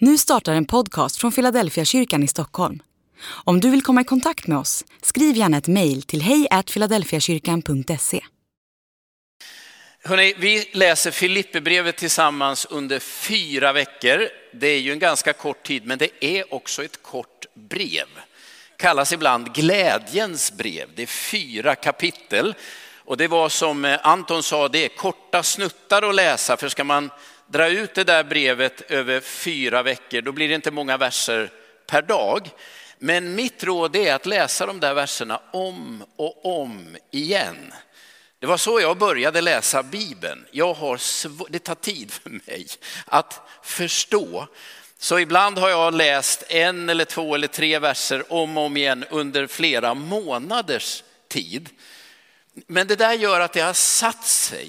Nu startar en podcast från Philadelphia kyrkan i Stockholm. Om du vill komma i kontakt med oss, skriv gärna ett mejl till hej@philadelphiakyrkan.se. Hörrni, vi läser Filipperbrevet tillsammans under 4 veckor. Det är ju en ganska kort tid, men det är också ett kort brev. Kallas ibland glädjens brev. Det är 4 kapitel. Och det var som Anton sa, det är korta snuttar att läsa. För ska man dra ut det där brevet över 4 veckor, då blir det inte många verser per dag. Men mitt råd är att läsa de där verserna om och om igen. Det var så jag började läsa Bibeln. Det tar tid för mig att förstå. Så ibland har jag läst 1 eller 2 eller 3 verser om och om igen under flera månaders tid. Men det där gör att det har satt sig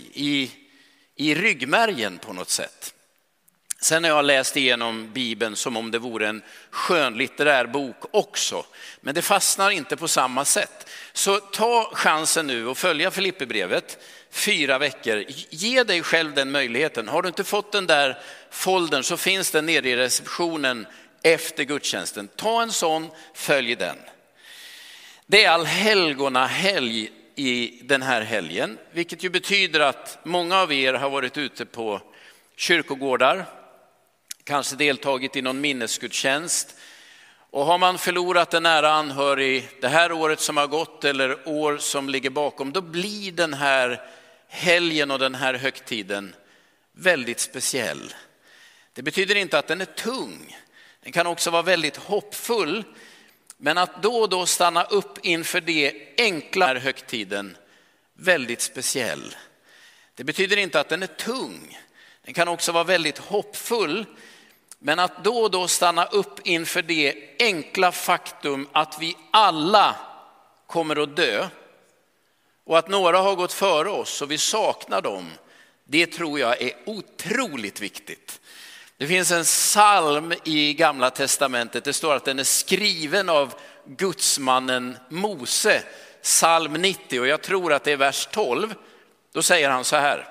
i ryggmärgen på något sätt. Sen har jag läst igenom Bibeln som om det vore en skönlitterär bok också. Men det fastnar inte på samma sätt. Så ta chansen nu och följa Filipperbrevet 4 veckor. Ge dig själv den möjligheten. Har du inte fått den där foldern så finns den nere i receptionen efter gudstjänsten. Ta en sån, följ den. Det är allhelgonahelg i den här helgen. Vilket ju betyder att många av er har varit ute på kyrkogårdar. Kanske deltagit i någon minnesgudstjänst. Och har man förlorat en nära anhörig det här året som har gått eller år som ligger bakom, då blir den här helgen och den här högtiden väldigt speciell. Det betyder inte att den är tung. Den kan också vara väldigt hoppfull. Men att då och då stanna upp inför det enkla här högtiden väldigt speciell. Det betyder inte att den är tung. Den kan också vara väldigt hoppfull. Men att då och då stanna upp inför det enkla faktum att vi alla kommer att dö. Och att några har gått före oss och vi saknar dem. Det tror jag är otroligt viktigt. Det finns en psalm i Gamla testamentet. Det står att den är skriven av gudsmannen Mose. Psalm 90 och jag tror att det är vers 12. Då säger han så här.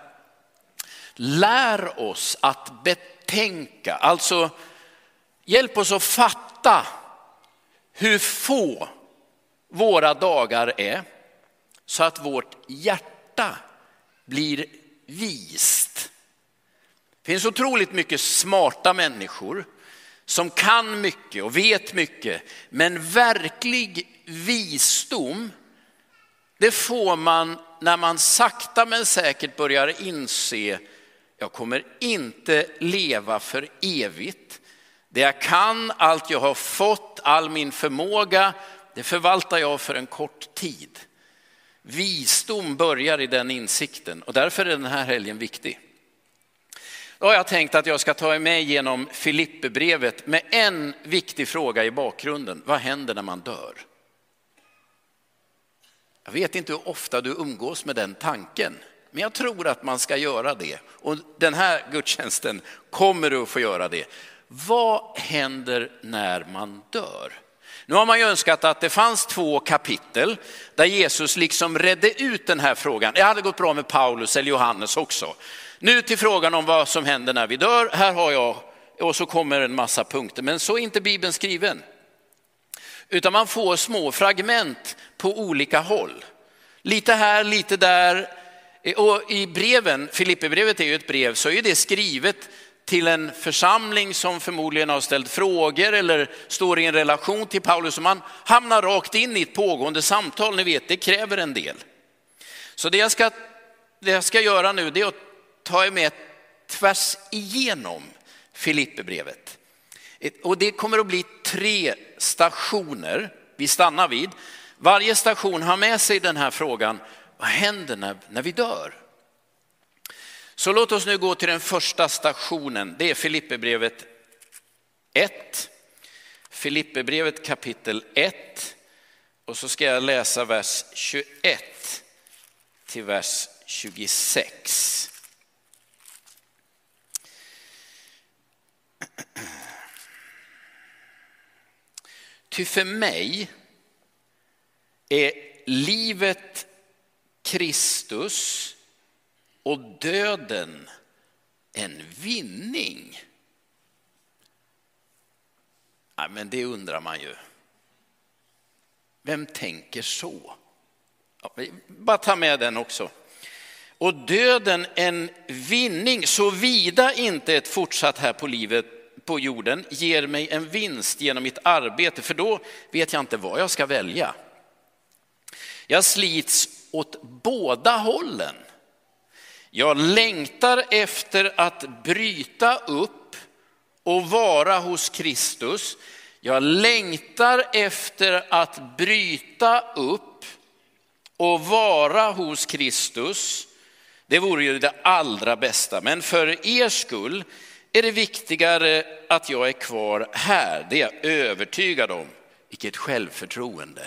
Lär oss att betänka, alltså hjälp oss att fatta hur få våra dagar är så att vårt hjärta blir vist. Det finns otroligt mycket smarta människor som kan mycket och vet mycket, men verklig visdom det får man när man sakta men säkert börjar inse jag kommer inte leva för evigt. Det jag kan, allt jag har fått, all min förmåga, det förvaltar jag för en kort tid. Visdom börjar i den insikten och därför är den här helgen viktig. Då har jag tänkt att jag ska ta med genom Filipperbrevet med en viktig fråga i bakgrunden. Vad händer när man dör? Jag vet inte hur ofta du umgås med den tanken. Men jag tror att man ska göra det. Och den här gudstjänsten kommer du att få göra det. Vad händer när man dör? Nu har man ju önskat att det fanns 2 kapitel där Jesus liksom redde ut den här frågan. Det hade gått bra med Paulus eller Johannes också. Nu till frågan om vad som händer när vi dör. Här har jag, och så kommer en massa punkter. Men så är inte Bibeln skriven. Utan man får små fragment på olika håll. Lite här, lite där. Och i breven, Filipperbrevet är ju ett brev, så är det skrivet till en församling som förmodligen har ställt frågor eller står i en relation till Paulus. Och man hamnar rakt in i ett pågående samtal, ni vet, det kräver en del. Så det jag ska göra nu det är att ta er med tvärs igenom Filipperbrevet. Och det kommer att bli 3 stationer vi stannar vid. Varje station har med sig den här frågan. Vad händer när vi dör? Så låt oss nu gå till den första stationen. Det är Filipperbrevet 1. Filipperbrevet kapitel 1. Och så ska jag läsa vers 21 till vers 26. Ty för mig är livet Kristus och döden en vinning. Nej, men det undrar man ju. Vem tänker så? Ja, bara ta med den också. Och döden en vinning, så vida inte ett fortsatt här på livet på jorden ger mig en vinst genom mitt arbete, för då vet jag inte vad jag ska välja. Jag slits åt båda hållen. Jag längtar efter att bryta upp och vara hos Kristus. Jag längtar efter att bryta upp och vara hos Kristus. Det vore ju det allra bästa. Men för er skull är det viktigare att jag är kvar här. Det är jag övertygad om. Vilket självförtroende.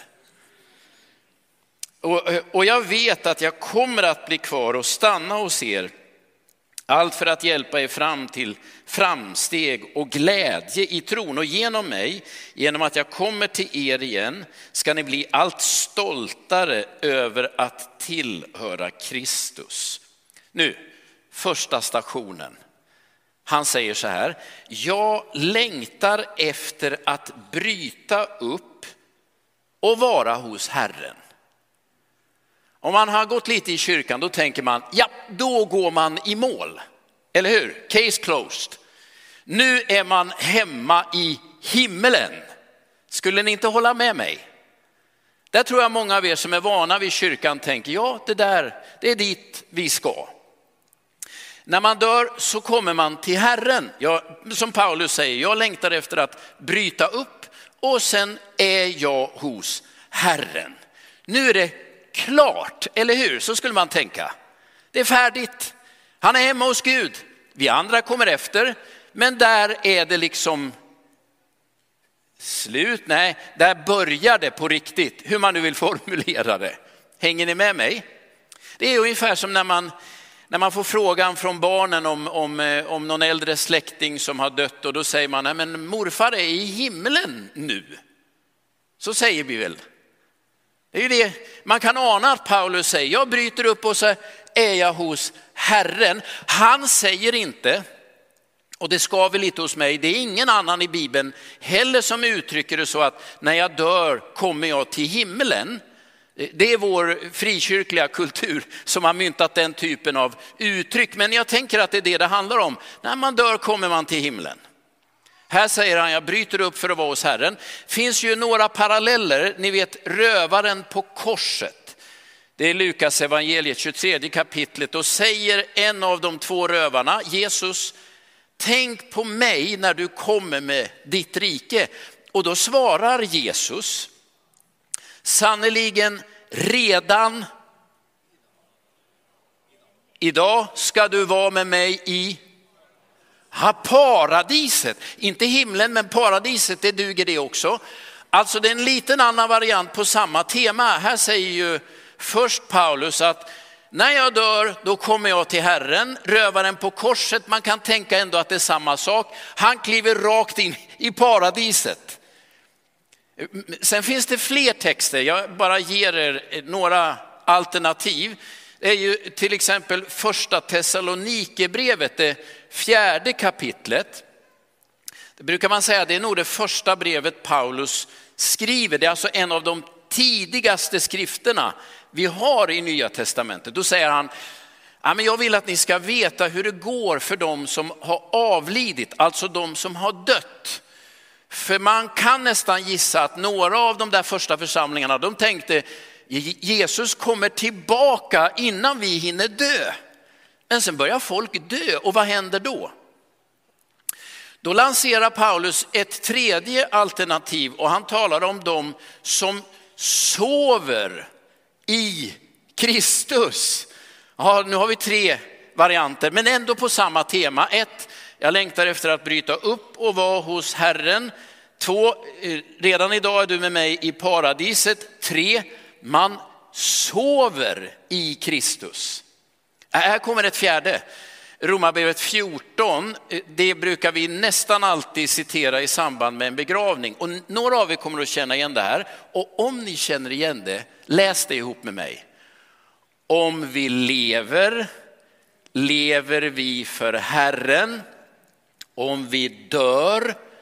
Och jag vet att jag kommer att bli kvar och stanna hos er. Allt för att hjälpa er fram till framsteg och glädje i tron. Och genom mig, genom att jag kommer till er igen, ska ni bli allt stoltare över att tillhöra Kristus. Nu, första stationen. Han säger så här: jag längtar efter att bryta upp och vara hos Herren. Om man har gått lite i kyrkan, då tänker man, ja, då går man i mål. Eller hur? Case closed. Nu är man hemma i himmelen. Skulle ni inte hålla med mig? Där tror jag många av er som är vana vid kyrkan tänker, ja, det är dit vi ska. När man dör så kommer man till Herren. Som Paulus säger, jag längtar efter att bryta upp och sen är jag hos Herren. Nu är det klart, eller hur? Så skulle man tänka. Det är färdigt. Han är hemma hos Gud. Vi andra kommer efter. Men där är det liksom slut. Nej, där börjar det på riktigt. Hur man nu vill formulera det. Hänger ni med mig? Det är ungefär som när man får frågan från barnen om någon äldre släkting som har dött. Och då säger man, nej men morfar är i himlen nu. Så säger vi väl. Det är ju det man kan ana att Paulus säger. Jag bryter upp och så är jag hos Herren. Han säger inte, och det ska väl lite hos mig, det är ingen annan i Bibeln heller som uttrycker det så att när jag dör kommer jag till himlen. Det är vår frikyrkliga kultur som har myntat den typen av uttryck. Men jag tänker att det är det handlar om. När man dör kommer man till himlen. Här säger han, jag bryter upp för att vara hos Herren. Finns ju några paralleller. Ni vet rövaren på korset. Det är Lukas evangeliet 23 kapitlet. Då säger en av de två rövarna, Jesus, tänk på mig när du kommer med ditt rike. Och då svarar Jesus, sannoliken redan idag ska du vara med mig i paradiset. Inte himlen, men paradiset, det duger det också. Alltså det är en liten annan variant på samma tema. Här säger ju först Paulus att när jag dör då kommer jag till Herren. Rövaren på korset, man kan tänka ändå att det är samma sak. Han kliver rakt in i paradiset. Sen finns det fler texter, jag bara ger er några alternativ. Det är ju till exempel första Thessalonikerbrevet, det 4:e kapitlet. Det brukar man säga, det är nog det första brevet Paulus skriver. Det är alltså en av de tidigaste skrifterna vi har i Nya testamentet. Då säger han, ja, men jag vill att ni ska veta hur det går för de som har avlidit, alltså de som har dött. För man kan nästan gissa att några av de där första församlingarna, de tänkte Jesus kommer tillbaka innan vi hinner dö. Men sen börjar folk dö, och vad händer då? Då lanserar Paulus ett tredje alternativ, och han talar om de som sover i Kristus. Ja, nu har vi 3 varianter, men ändå på samma tema. 1, jag längtar efter att bryta upp och vara hos Herren. 2, redan idag är du med mig i paradiset. 3, man sover i Kristus. Här kommer ett 4. Romarbrevet 14, det brukar vi nästan alltid citera i samband med en begravning. Och några av er kommer att känna igen det här. Och om ni känner igen det, läs det ihop med mig. Om vi lever, lever vi för Herren. Om vi dör,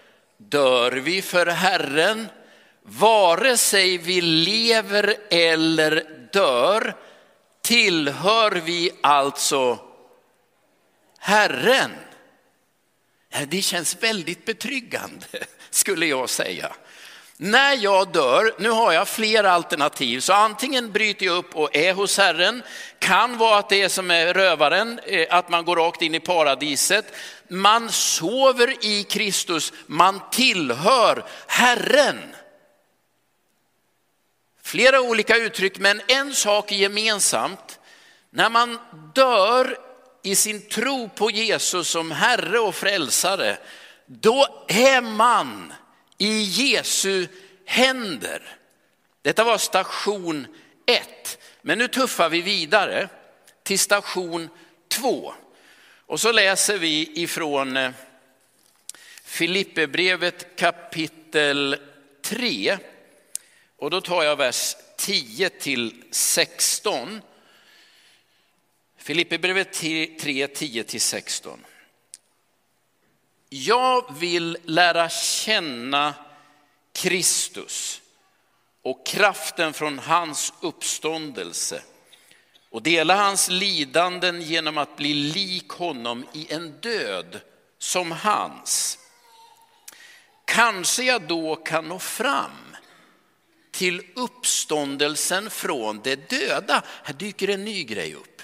dör vi för Herren, vare sig vi lever eller dör, tillhör vi alltså Herren. Det känns väldigt betryggande, skulle jag säga. När jag dör, nu har jag flera alternativ, så antingen bryter jag upp och är hos Herren, kan vara att det är som är rövaren, att man går rakt in i paradiset. Man sover i Kristus, man tillhör Herren. Flera olika uttryck, men en sak är gemensamt. När man dör i sin tro på Jesus som Herre och frälsare, då är man i Jesu händer. Detta var station 1. Men nu tuffar vi vidare till station 2. Och så läser vi ifrån Filipperbrevet kapitel 3. Och då tar jag vers 10 till 16. Filipperbrevet 3, 10 till 16. Jag vill lära känna Kristus och kraften från hans uppståndelse och dela hans lidanden genom att bli lik honom i en död som hans. Kanske jag då kan nå fram till uppståndelsen från det döda. Här dyker en ny grej upp.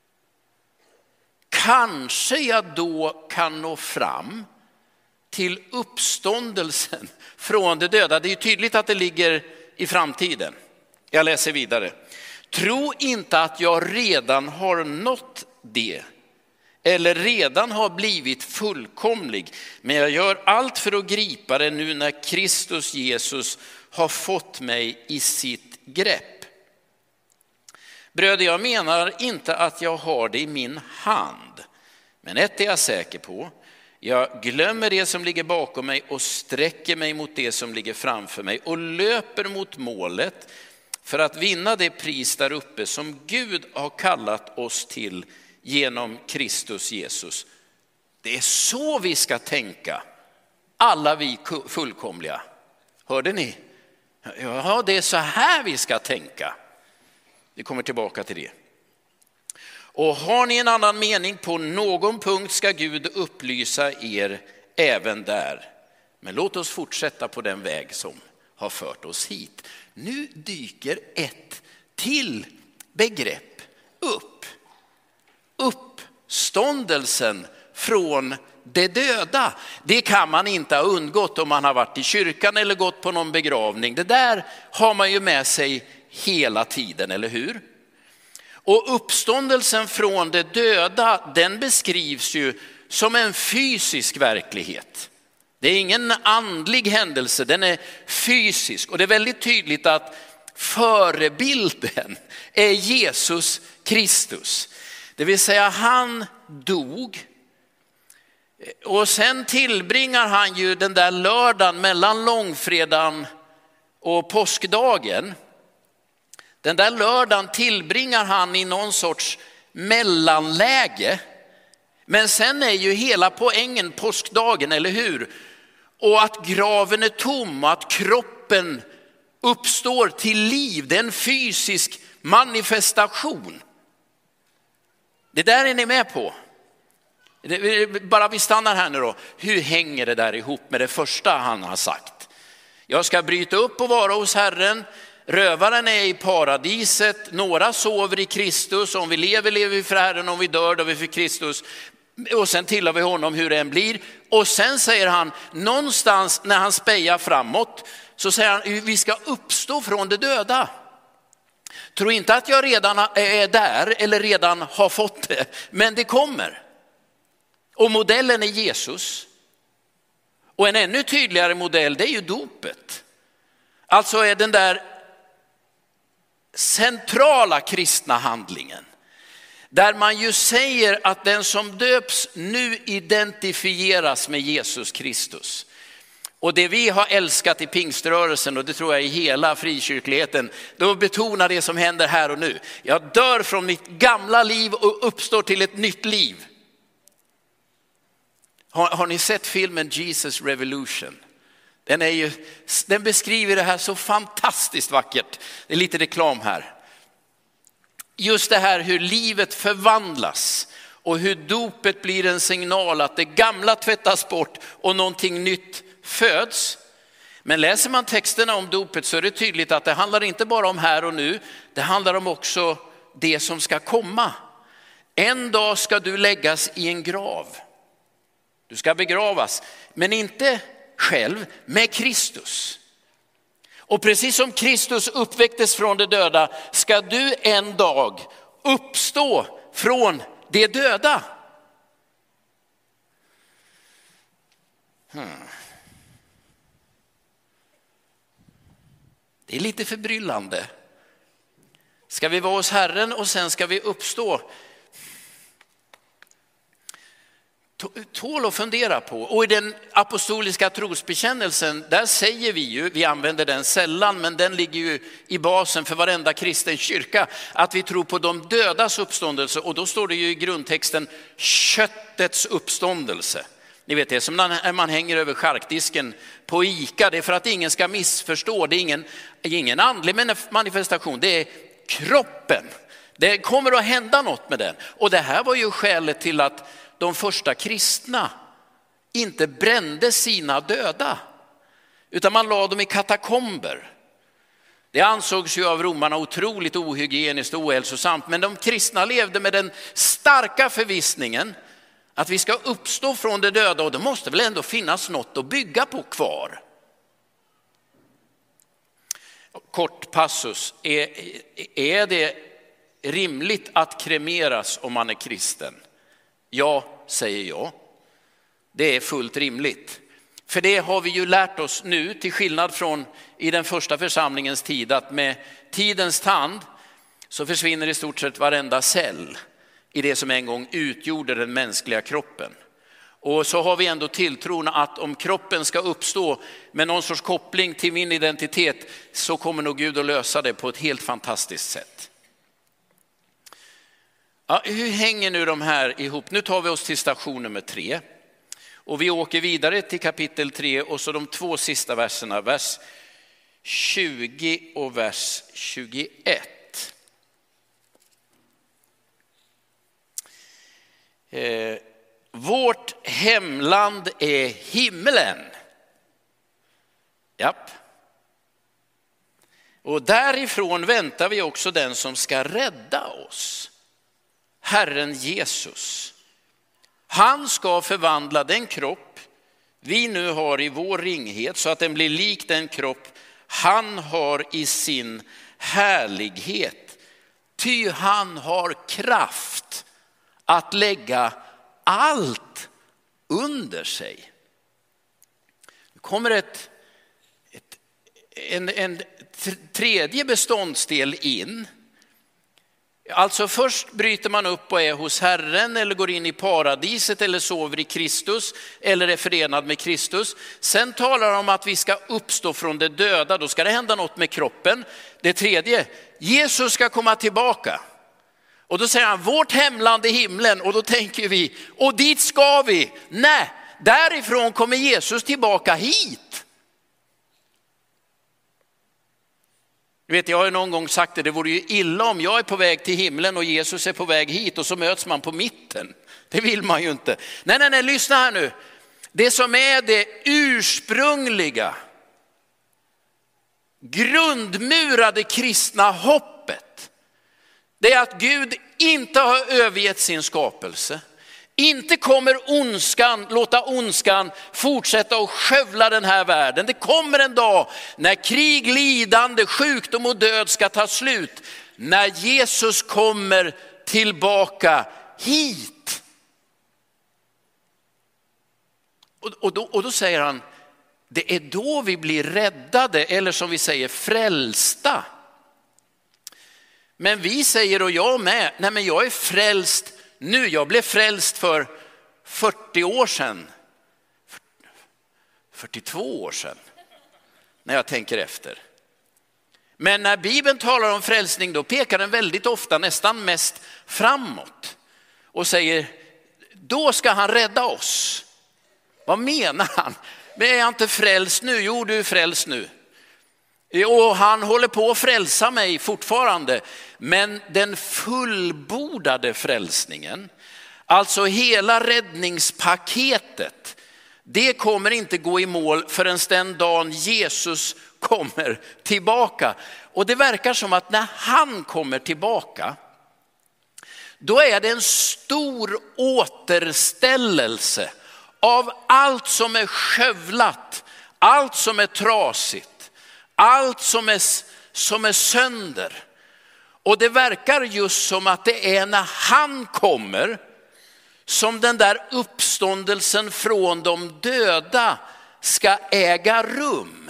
Kanske jag då kan nå fram till uppståndelsen från det döda. Det är tydligt att det ligger i framtiden. Jag läser vidare. Tro inte att jag redan har nått det eller redan har blivit fullkomlig, men jag gör allt för att gripa det nu när Kristus Jesus har fått mig i sitt grepp. Bröder, jag menar inte att jag har det i min hand, men ett är jag säker på. Jag glömmer det som ligger bakom mig och sträcker mig mot det som ligger framför mig och löper mot målet för att vinna det pris där uppe som Gud har kallat oss till genom Kristus Jesus. Det är så vi ska tänka, alla vi fullkomliga. Hörde ni? Ja, det är så här vi ska tänka. Vi kommer tillbaka till det. Och har ni en annan mening på någon punkt ska Gud upplysa er även där. Men låt oss fortsätta på den väg som har fört oss hit. Nu dyker ett till begrepp upp. Uppståndelsen från det döda. Det kan man inte ha undgått om man har varit i kyrkan eller gått på någon begravning. Det där har man ju med sig hela tiden, eller hur? Och uppståndelsen från det döda, den beskrivs ju som en fysisk verklighet. Det är ingen andlig händelse, den är fysisk. Och det är väldigt tydligt att förebilden är Jesus Kristus. Det vill säga han dog. Och sen tillbringar han ju den där lördagen mellan långfredagen och påskdagen. Den där lördagen tillbringar han i någon sorts mellanläge. Men sen är ju hela poängen påskdagen, eller hur? Och att graven är tom och att kroppen uppstår till liv. Det är en fysisk manifestation. Det där är ni med på. Bara vi stannar här nu då. Hur hänger det där ihop med det första han har sagt? Jag ska bryta upp och vara hos Herren. Rövaren är i paradiset. Några sover i Kristus. Om vi lever, lever vi för Herren. Om vi dör, dör vi för Kristus. Och sen tillhör vi honom hur det än blir. Och sen säger han, någonstans när han spejar framåt, så säger han, vi ska uppstå från det döda. Tro inte att jag redan är där eller redan har fått det. Men det kommer. Och modellen är Jesus. Och en ännu tydligare modell, det är ju dopet. Alltså är den där centrala kristna handlingen. Där man ju säger att den som döps nu identifieras med Jesus Kristus. Och det vi har älskat i pingströrelsen, och det tror jag i hela frikyrkligheten, då betonar det som händer här och nu. Jag dör från mitt gamla liv och uppstår till ett nytt liv. Har ni sett filmen Jesus Revolution? Den beskriver det här så fantastiskt vackert. Det är lite reklam här. Just det här hur livet förvandlas och hur dopet blir en signal att det gamla tvättas bort och någonting nytt föds. Men läser man texterna om dopet så är det tydligt att det handlar inte bara om här och nu. Det handlar om också det som ska komma. En dag ska du läggas i en grav. Du ska begravas, men inte själv, med Kristus. Och precis som Kristus uppväcktes från de döda ska du en dag uppstå från de döda. Det är lite förbryllande. Ska vi vara hos Herren och sen ska vi uppstå? Tål att fundera på. Och i den apostoliska trosbekännelsen, där säger vi ju, vi använder den sällan, men den ligger ju i basen för varenda kristen kyrka, att vi tror på de dödas uppståndelse. Och då står det ju i grundtexten köttets uppståndelse. Ni vet det, som när man hänger över charkdisken på ICA, det är för att ingen ska missförstå. Det är ingen andlig manifestation, det är kroppen. Det kommer att hända något med den. Och det här var ju skälet till att de första kristna inte brände sina döda, utan man la dem i katakomber. Det ansågs ju av romarna otroligt ohygieniskt och ohälsosamt, men de kristna levde med den starka förvissningen att vi ska uppstå från de döda, och det måste väl ändå finnas något att bygga på kvar. Kort passus. Är det rimligt att kremeras om man är kristen? Ja, säger jag. Det är fullt rimligt. För det har vi ju lärt oss nu, till skillnad från i den första församlingens tid, att med tidens tand så försvinner i stort sett varenda cell i det som en gång utgjorde den mänskliga kroppen. Och så har vi ändå tilltron att om kroppen ska uppstå med någon sorts koppling till min identitet, så kommer nog Gud att lösa det på ett helt fantastiskt sätt. Ja, hur hänger nu de här ihop? Nu tar vi oss till station nummer 3. Och vi åker vidare till kapitel 3 och så de 2 sista verserna, vers 20 och vers 21. Vårt hemland är himlen. Japp. Och därifrån väntar vi också den som ska rädda oss. Herren Jesus. Han ska förvandla den kropp vi nu har i vår ringhet så att den blir lik den kropp han har i sin härlighet. Ty han har kraft att lägga allt under sig. Nu kommer en tredje beståndsdel in. Alltså först bryter man upp och är hos Herren eller går in i paradiset eller sover i Kristus eller är förenad med Kristus. Sen talar de om att vi ska uppstå från de döda, då ska det hända något med kroppen. Det tredje, Jesus ska komma tillbaka. Och då säger han, vårt hemland är himlen, och då tänker vi, och dit ska vi. Nej, därifrån kommer Jesus tillbaka hit. Jag har ju någon gång sagt det vore ju illa om jag är på väg till himlen och Jesus är på väg hit och så möts man på mitten. Det vill man ju inte. Nej, lyssna här nu. Det som är det ursprungliga, grundmurade kristna hoppet, det är att Gud inte har övergett sin skapelse. Inte kommer låta ondskan fortsätta att skövla den här världen. Det kommer en dag när krig, lidande, sjukdom och död ska ta slut. När Jesus kommer tillbaka hit. Och då säger han, det är då vi blir räddade, eller som vi säger frälsta. Men vi säger, och jag med, nej men jag är frälst nu. Jag blev frälst för 40 år sedan. 42 år sedan. När jag tänker efter. Men när Bibeln talar om frälsning, då pekar den väldigt ofta nästan mest framåt. Och säger, då ska han rädda oss. Vad menar han? Men är jag inte frälst nu? Jo, du är frälst nu. Och han håller på att frälsa mig fortfarande. Men den fullbordade frälsningen, alltså hela räddningspaketet, det kommer inte gå i mål förrän den dagen Jesus kommer tillbaka. Och det verkar som att när han kommer tillbaka, då är det en stor återställelse av allt som är skövlat, allt som är trasigt, allt som är sönder. Och det verkar just som att det är när han kommer som den där uppståndelsen från de döda ska äga rum.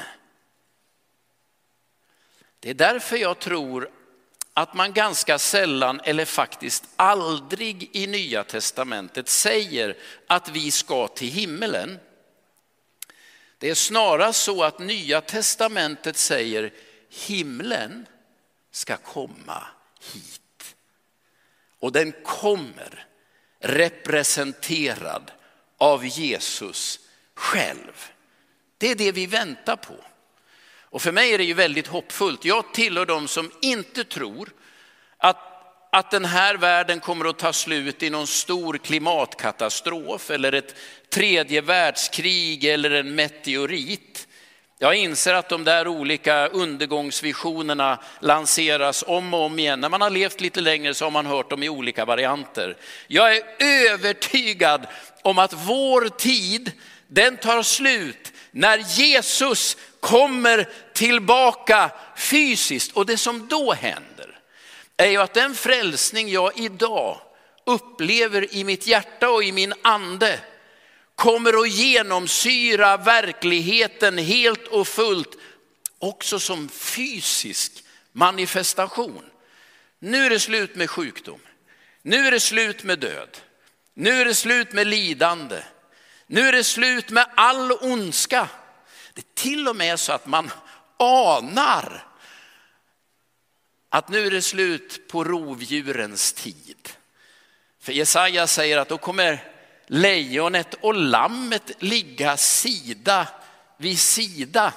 Det är därför jag tror att man ganska sällan eller faktiskt aldrig i Nya testamentet säger att vi ska till himmelen. Det är snarare så att Nya testamentet säger himlen ska komma hit. Och den kommer representerad av Jesus själv. Det är det vi väntar på. Och för mig är det ju väldigt hoppfullt. Jag tillhör de som inte tror att den här världen kommer att ta slut i någon stor klimatkatastrof eller ett tredje världskrig eller en meteorit. Jag inser att de där olika undergångsvisionerna lanseras om och om igen. När man har levt lite längre så har man hört dem i olika varianter. Jag är övertygad om att vår tid, den tar slut när Jesus kommer tillbaka fysiskt. Och det som då händer är ju att den frälsning jag idag upplever i mitt hjärta och i min ande kommer att genomsyra verkligheten helt och fullt, också som fysisk manifestation. Nu är det slut med sjukdom. Nu är det slut med död. Nu är det slut med lidande. Nu är det slut med all ondska. Det är till och med så att man anar att nu är det slut på rovdjurens tid. För Jesaja säger att då kommer lejonet och lammet ligga sida vid sida.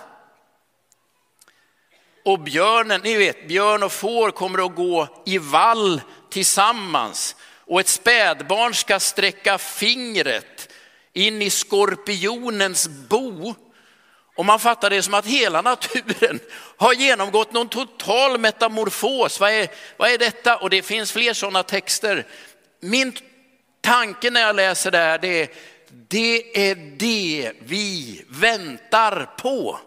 Och björnen, ni vet, björn och får kommer att gå i vall tillsammans. Och ett spädbarn ska sträcka fingret in i skorpionens bo. Och man fattar det som att hela naturen har genomgått någon total metamorfos. Vad är detta? Och det finns fler sådana texter. Min tanke när jag läser det här, det är det vi väntar på.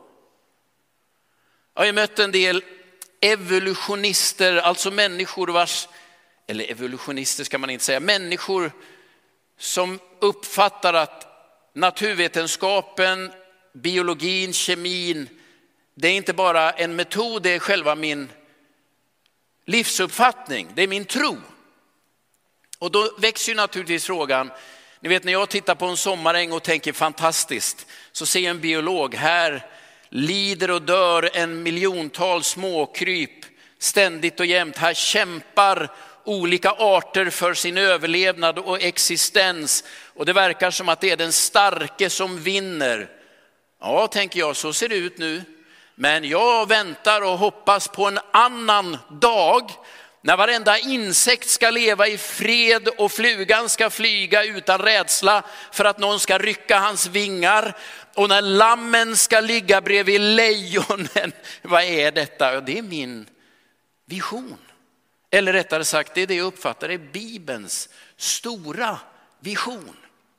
Jag har mött en del evolutionister, alltså människor eller evolutionister ska man inte säga, människor som uppfattar att naturvetenskapen, biologin, kemin, det är inte bara en metod, det är själva min livsuppfattning, det är min tro. Och då växer ju naturligtvis frågan, ni vet när jag tittar på en sommaräng och tänker fantastiskt, så ser jag en biolog, här lider och dör en miljontals småkryp ständigt och jämt. Här kämpar olika arter för sin överlevnad och existens. Och det verkar som att det är den starke som vinner. Ja, tänker jag, så ser det ut nu. Men jag väntar och hoppas på en annan dag när varenda insekt ska leva i fred och flugan ska flyga utan rädsla för att någon ska rycka hans vingar. Och när lammen ska ligga bredvid lejonen. Vad är detta? Det är min vision. Eller rättare sagt, det är det jag uppfattar är Bibelns stora vision.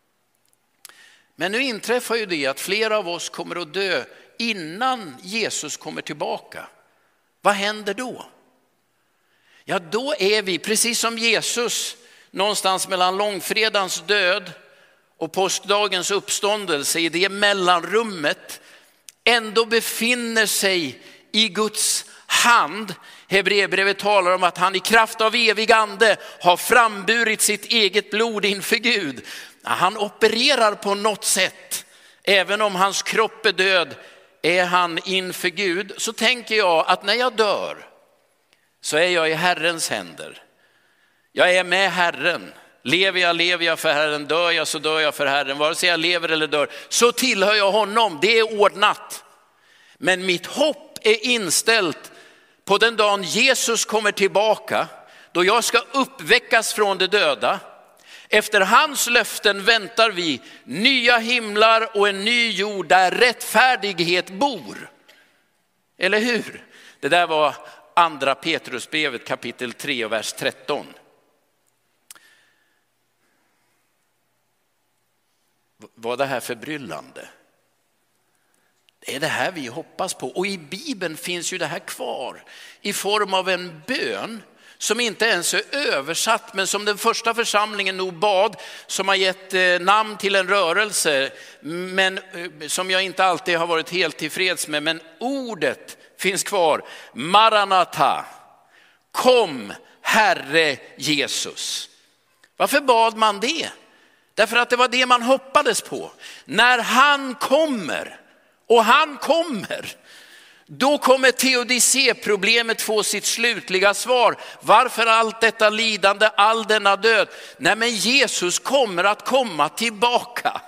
Men nu inträffar ju det att flera av oss kommer att dö innan Jesus kommer tillbaka. Vad händer då? Ja, då är vi precis som Jesus någonstans mellan långfredagens död och påskdagens uppståndelse, i det mellanrummet ändå befinner sig i Guds hand. Hebreerbrevet talar om att han i kraft av evig ande har framburit sitt eget blod inför Gud. Han opererar på något sätt, även om hans kropp är död är han inför Gud. Så tänker jag att när jag dör så är jag i Herrens händer. Jag är med Herren. Lever jag för Herren, dör jag så dör jag för Herren. Vare sig jag lever eller dör så tillhör jag honom. Det är ordnat. Men mitt hopp är inställt på den dagen Jesus kommer tillbaka, då jag ska uppväckas från de döda. Efter hans löften väntar vi nya himlar och en ny jord där rättfärdighet bor. Eller hur? Det där var andra Petrusbrevet kapitel 3 och vers 13. Var det här förbryllande? Det är det här vi hoppas på. Och i Bibeln finns ju det här kvar i form av en bön som inte ens är översatt, men som den första församlingen nog bad, som har gett namn till en rörelse, men som jag inte alltid har varit helt tillfreds med. Men ordet finns kvar. Maranatha, kom Herre Jesus. Varför bad man det? Därför att det var det man hoppades på. När han kommer, och han kommer, då kommer teodicéproblemet få sitt slutliga svar. Varför allt detta lidande, all denna död? Nej, men Jesus kommer att komma tillbaka.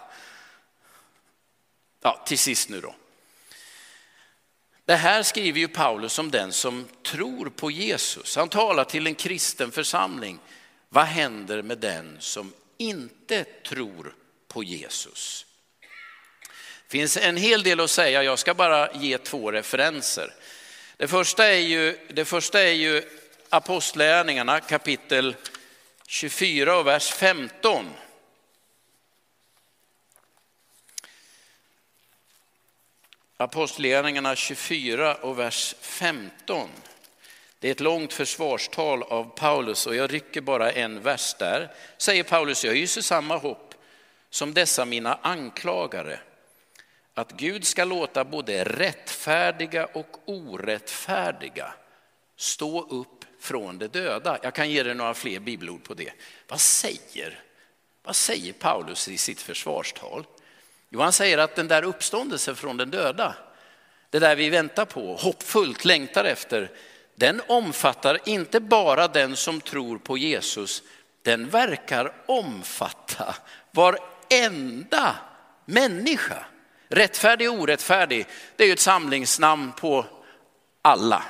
Ja, till sist nu då. Det här skriver ju Paulus om den som tror på Jesus. Han talar till en kristen församling. Vad händer med den som inte tror på Jesus? Det finns en hel del att säga. Jag ska bara ge 2 referenser. Det första är ju Apostlagärningarna kapitel 24 och vers 15. Apostlagärningarna 24 och vers 15. Det är ett långt försvarstal av Paulus och jag rycker bara en vers där. Säger Paulus: jag hyser samma hopp som dessa mina anklagare, att Gud ska låta både rättfärdiga och orättfärdiga stå upp från de döda. Jag kan ge dig några fler bibelord på det. Vad säger Paulus i sitt försvarstal? Jo, han säger att den där uppståndelsen från den döda, det där vi väntar på, hoppfullt längtar efter, den omfattar inte bara den som tror på Jesus. Den verkar omfatta varenda människa. Rättfärdig och orättfärdig, det är ju ett samlingsnamn på alla.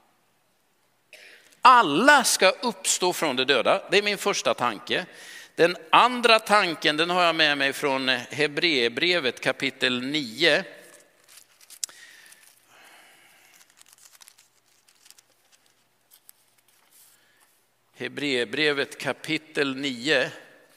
Alla ska uppstå från de döda. Det är min första tanke. Den andra tanken, den har jag med mig från Hebreerbrevet kapitel 9. Hebreerbrevet kapitel 9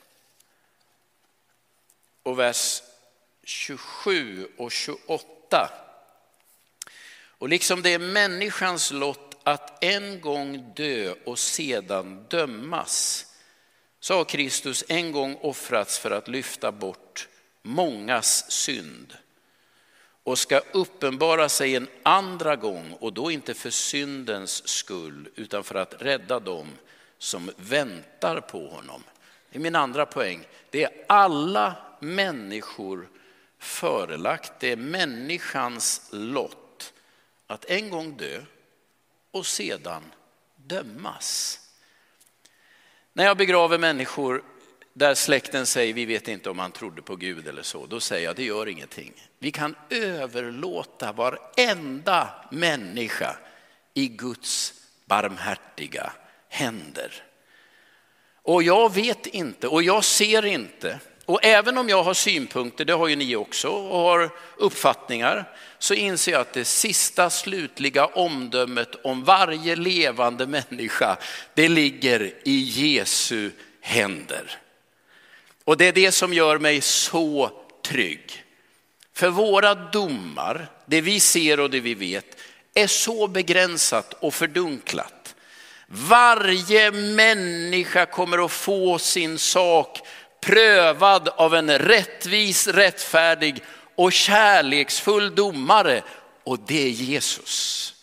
och vers 27 och 28. Och liksom det är människans lott att en gång dö och sedan dömas, så har Kristus en gång offrats för att lyfta bort mångas synd och ska uppenbara sig en andra gång, och då inte för syndens skull utan för att rädda dem som väntar på honom. Det är min andra poäng. Det är alla människor förelagt. Det är människans lott att en gång dö och sedan dömas. När jag begraver människor där släkten säger vi vet inte om han trodde på Gud eller så, då säger jag det gör ingenting. Vi kan överlåta varenda människa i Guds barmhärtiga händer. Och jag vet inte och jag ser inte, och även om jag har synpunkter, det har ju ni också, och har uppfattningar, så inser jag att det sista slutliga omdömet om varje levande människa, det ligger i Jesu händer. Och det är det som gör mig så trygg. För våra domar, det vi ser och det vi vet, är så begränsat och fördunklat. Varje människa kommer att få sin sak prövad av en rättvis, rättfärdig och kärleksfull domare, och det är Jesus.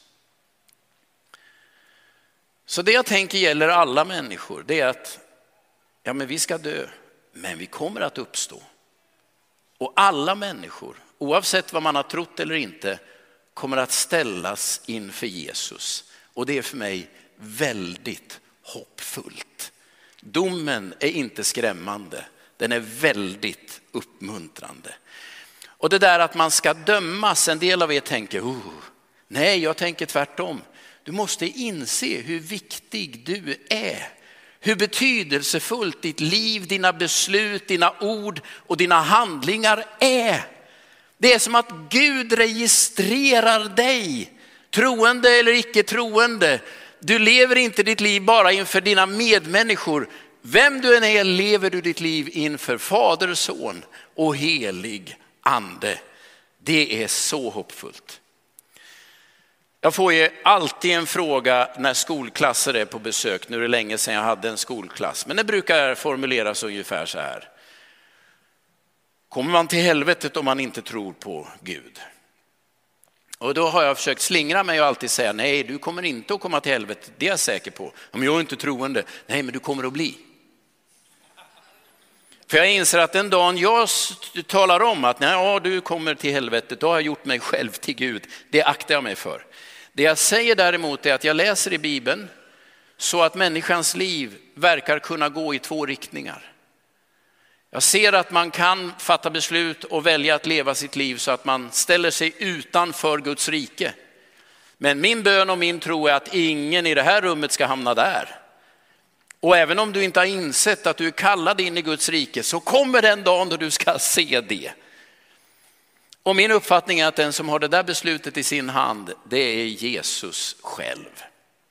Så det jag tänker gäller alla människor, det är att men vi ska dö, men vi kommer att uppstå. Och alla människor, oavsett vad man har trott eller inte, kommer att ställas inför Jesus. Och det är för mig väldigt hoppfullt. Domen är inte skrämmande, den är väldigt uppmuntrande. Och det där att man ska dömas, en del av er tänker, nej, jag tänker tvärtom. Du måste inse hur viktig du är. Hur betydelsefullt ditt liv, dina beslut, dina ord och dina handlingar är. Det är som att Gud registrerar dig, troende eller icke troende. Du lever inte ditt liv bara inför dina medmänniskor. Vem du än är lever du ditt liv inför Fader, Son och helig ande. Det är så hoppfullt. Jag får ju alltid en fråga när skolklasser är på besök. Nu är det länge sedan jag hade en skolklass, men det brukar formuleras ungefär så här. Kommer man till helvetet om man inte tror på Gud? Och då har jag försökt slingra mig och alltid säga, nej, du kommer inte att komma till helvetet, det är jag säker på. Om jag är inte troende, nej, men du kommer att bli. För jag inser att den dagen jag talar om att nej, du kommer till helvetet, då har jag gjort mig själv till Gud. Det aktar jag mig för. Det jag säger däremot är att jag läser i Bibeln så att människans liv verkar kunna gå i två riktningar. Jag ser att man kan fatta beslut och välja att leva sitt liv så att man ställer sig utanför Guds rike. Men min bön och min tro är att ingen i det här rummet ska hamna där. Och även om du inte har insett att du är kallad in i Guds rike, så kommer den dagen då du ska se det. Och min uppfattning är att den som har det där beslutet i sin hand, det är Jesus själv.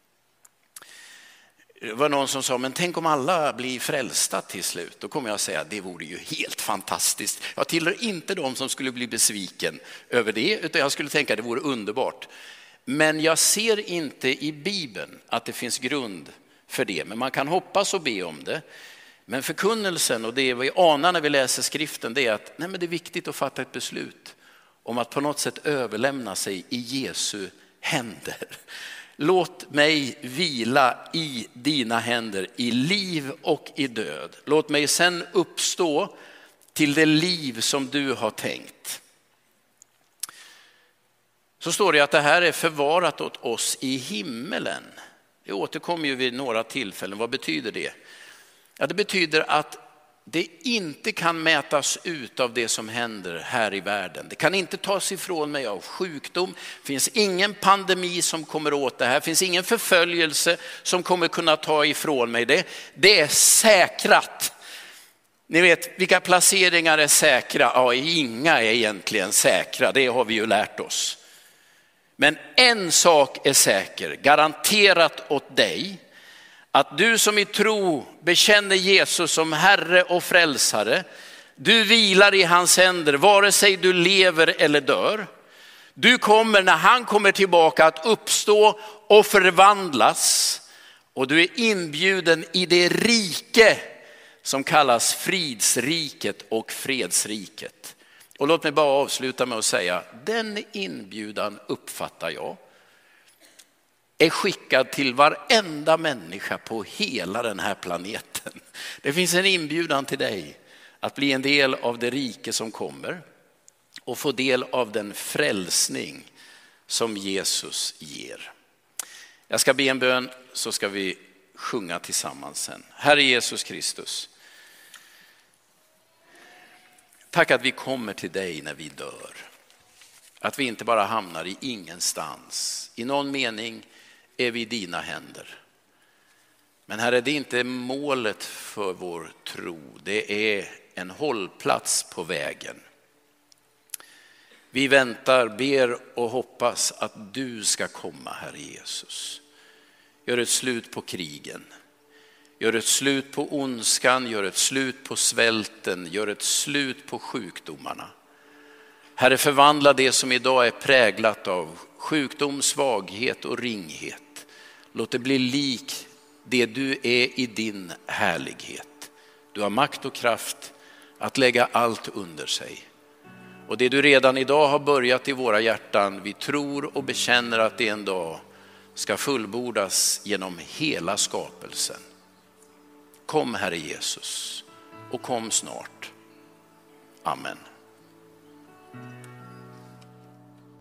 Det var någon som sa, men tänk om alla blir frälsta till slut. Då kommer jag säga, det vore ju helt fantastiskt. Jag tillhör inte de som skulle bli besviken över det, utan jag skulle tänka att det vore underbart. Men jag ser inte i Bibeln att det finns grund för det. Men man kan hoppas och be om det. Men förkunnelsen och det vi anar när vi läser skriften, det är att nej, men det är viktigt att fatta ett beslut om att på något sätt överlämna sig i Jesu händer. Låt mig vila i dina händer i liv och i död. Låt mig sen uppstå till det liv som du har tänkt. Så står det att det här är förvarat åt oss i himmelen. Det återkommer ju vid några tillfällen. Vad betyder det? Ja, det betyder att det inte kan mätas ut av det som händer här i världen. Det kan inte tas ifrån mig av sjukdom. Det finns ingen pandemi som kommer åt det här. Det finns ingen förföljelse som kommer kunna ta ifrån mig det. Det är säkrat. Ni vet, vilka placeringar är säkra? Ja, inga är egentligen säkra. Det har vi ju lärt oss. Men en sak är säker, garanterat åt dig. Att du som i tro bekänner Jesus som Herre och frälsare, du vilar i hans händer vare sig du lever eller dör. Du kommer när han kommer tillbaka att uppstå och förvandlas. Och du är inbjuden i det rike som kallas fridsriket och fredsriket. Och låt mig bara avsluta med att säga, den inbjudan uppfattar jag är skickad till varenda människa på hela den här planeten. Det finns en inbjudan till dig att bli en del av det rike som kommer och få del av den frälsning som Jesus ger. Jag ska be en bön så ska vi sjunga tillsammans sen. Herre Jesus Kristus, tack att vi kommer till dig när vi dör. Att vi inte bara hamnar i ingenstans. I någon mening är vi i dina händer. Men Herre, det är inte målet för vår tro. Det är en hållplats på vägen. Vi väntar, ber och hoppas att du ska komma, Herre Jesus. Gör ett slut på krigen. Gör ett slut på ondskan, gör ett slut på svälten, gör ett slut på sjukdomarna. Herre, förvandla det som idag är präglat av sjukdom, svaghet och ringhet. Låt det bli lik det du är i din härlighet. Du har makt och kraft att lägga allt under sig. Och det du redan idag har börjat i våra hjärtan, vi tror och bekänner att det en dag ska fullbordas genom hela skapelsen. Kom Herre Jesus och kom snart. Amen.